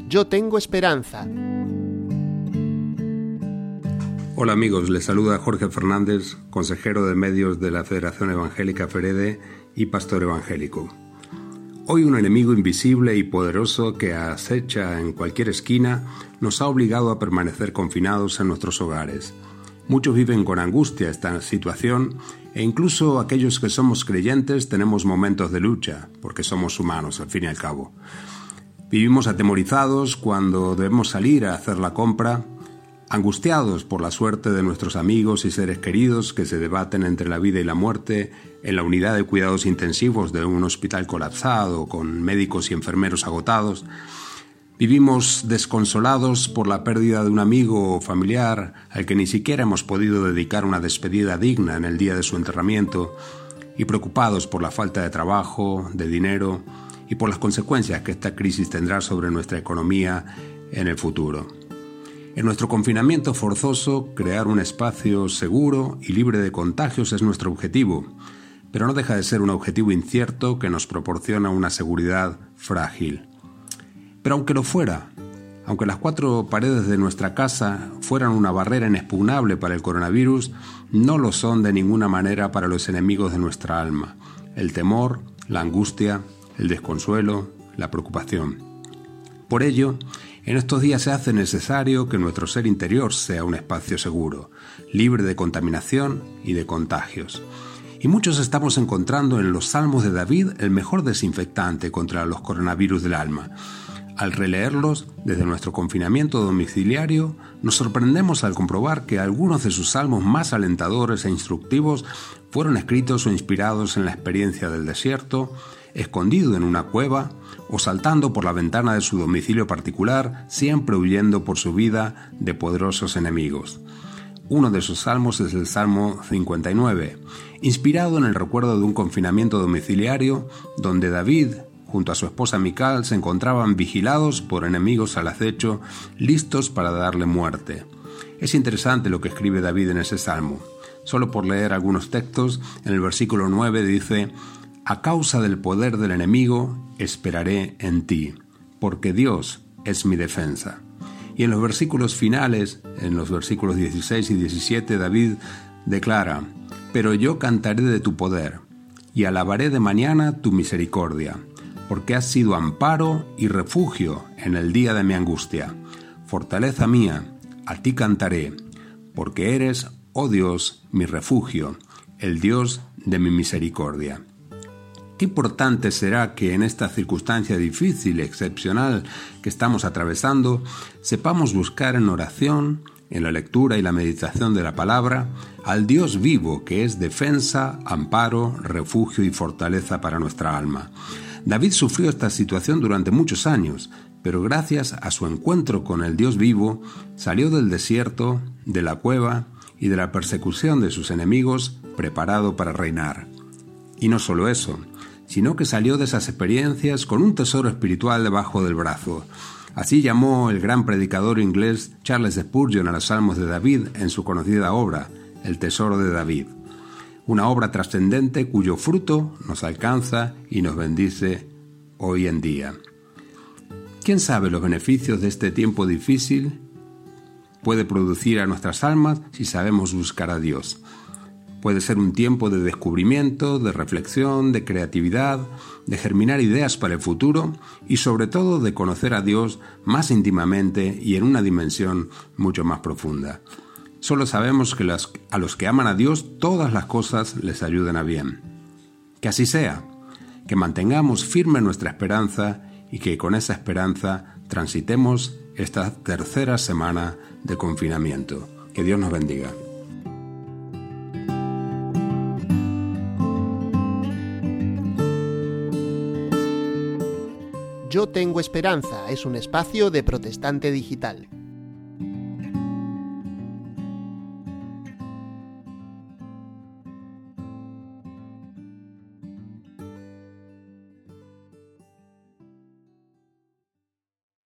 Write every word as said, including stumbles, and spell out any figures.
Yo tengo esperanza. Hola amigos, les saluda Jorge Fernández, consejero de medios de la Federación Evangélica FEREDE y pastor evangélico. Hoy un enemigo invisible y poderoso que acecha en cualquier esquina nos ha obligado a permanecer confinados en nuestros hogares. Muchos viven con angustia esta situación e incluso aquellos que somos creyentes tenemos momentos de lucha, porque somos humanos al fin y al cabo. Vivimos atemorizados cuando debemos salir a hacer la compra, angustiados por la suerte de nuestros amigos y seres queridos que se debaten entre la vida y la muerte en la unidad de cuidados intensivos de un hospital colapsado con médicos y enfermeros agotados. Vivimos desconsolados por la pérdida de un amigo o familiar al que ni siquiera hemos podido dedicar una despedida digna en el día de su enterramiento y preocupados por la falta de trabajo, de dinero y por las consecuencias que esta crisis tendrá sobre nuestra economía en el futuro. En nuestro confinamiento forzoso, crear un espacio seguro y libre de contagios es nuestro objetivo, pero no deja de ser un objetivo incierto que nos proporciona una seguridad frágil. Pero aunque lo fuera, aunque las cuatro paredes de nuestra casa fueran una barrera inexpugnable para el coronavirus, no lo son de ninguna manera para los enemigos de nuestra alma: el temor, la angustia, el desconsuelo, la preocupación. Por ello, en estos días se hace necesario que nuestro ser interior sea un espacio seguro, libre de contaminación y de contagios. Y muchos estamos encontrando en los Salmos de David el mejor desinfectante contra los coronavirus del alma. Al releerlos desde nuestro confinamiento domiciliario, nos sorprendemos al comprobar que algunos de sus salmos más alentadores e instructivos fueron escritos o inspirados en la experiencia del desierto, escondido en una cueva o saltando por la ventana de su domicilio particular, siempre huyendo por su vida de poderosos enemigos. Uno de esos salmos es el Salmo cincuenta y nueve, inspirado en el recuerdo de un confinamiento domiciliario donde David, junto a su esposa Mical, se encontraban vigilados por enemigos al acecho, listos para darle muerte. Es interesante lo que escribe David en ese salmo. Solo por leer algunos textos, en el versículo nueve dice: «A causa del poder del enemigo, esperaré en ti, porque Dios es mi defensa». Y en los versículos finales, en los versículos dieciséis y diecisiete, David declara: «Pero yo cantaré de tu poder, y alabaré de mañana tu misericordia, porque has sido amparo y refugio en el día de mi angustia. Fortaleza mía, a ti cantaré, porque eres, oh Dios, mi refugio, el Dios de mi misericordia». Qué importante será que en esta circunstancia difícil y excepcional que estamos atravesando, sepamos buscar en oración, en la lectura y la meditación de la palabra, al Dios vivo que es defensa, amparo, refugio y fortaleza para nuestra alma. David sufrió esta situación durante muchos años, pero gracias a su encuentro con el Dios vivo, salió del desierto, de la cueva y de la persecución de sus enemigos, preparado para reinar. Y no solo eso, sino que salió de esas experiencias con un tesoro espiritual debajo del brazo. Así llamó el gran predicador inglés Charles Spurgeon a los Salmos de David en su conocida obra, El Tesoro de David. Una obra trascendente cuyo fruto nos alcanza y nos bendice hoy en día. ¿Quién sabe los beneficios de este tiempo difícil puede producir a nuestras almas si sabemos buscar a Dios? Puede ser un tiempo de descubrimiento, de reflexión, de creatividad, de germinar ideas para el futuro y sobre todo de conocer a Dios más íntimamente y en una dimensión mucho más profunda. Solo sabemos que las, a los que aman a Dios todas las cosas les ayudan a bien. Que así sea, que mantengamos firme nuestra esperanza y que con esa esperanza transitemos esta tercera semana de confinamiento. Que Dios nos bendiga. Yo tengo esperanza es un espacio de Protestante Digital.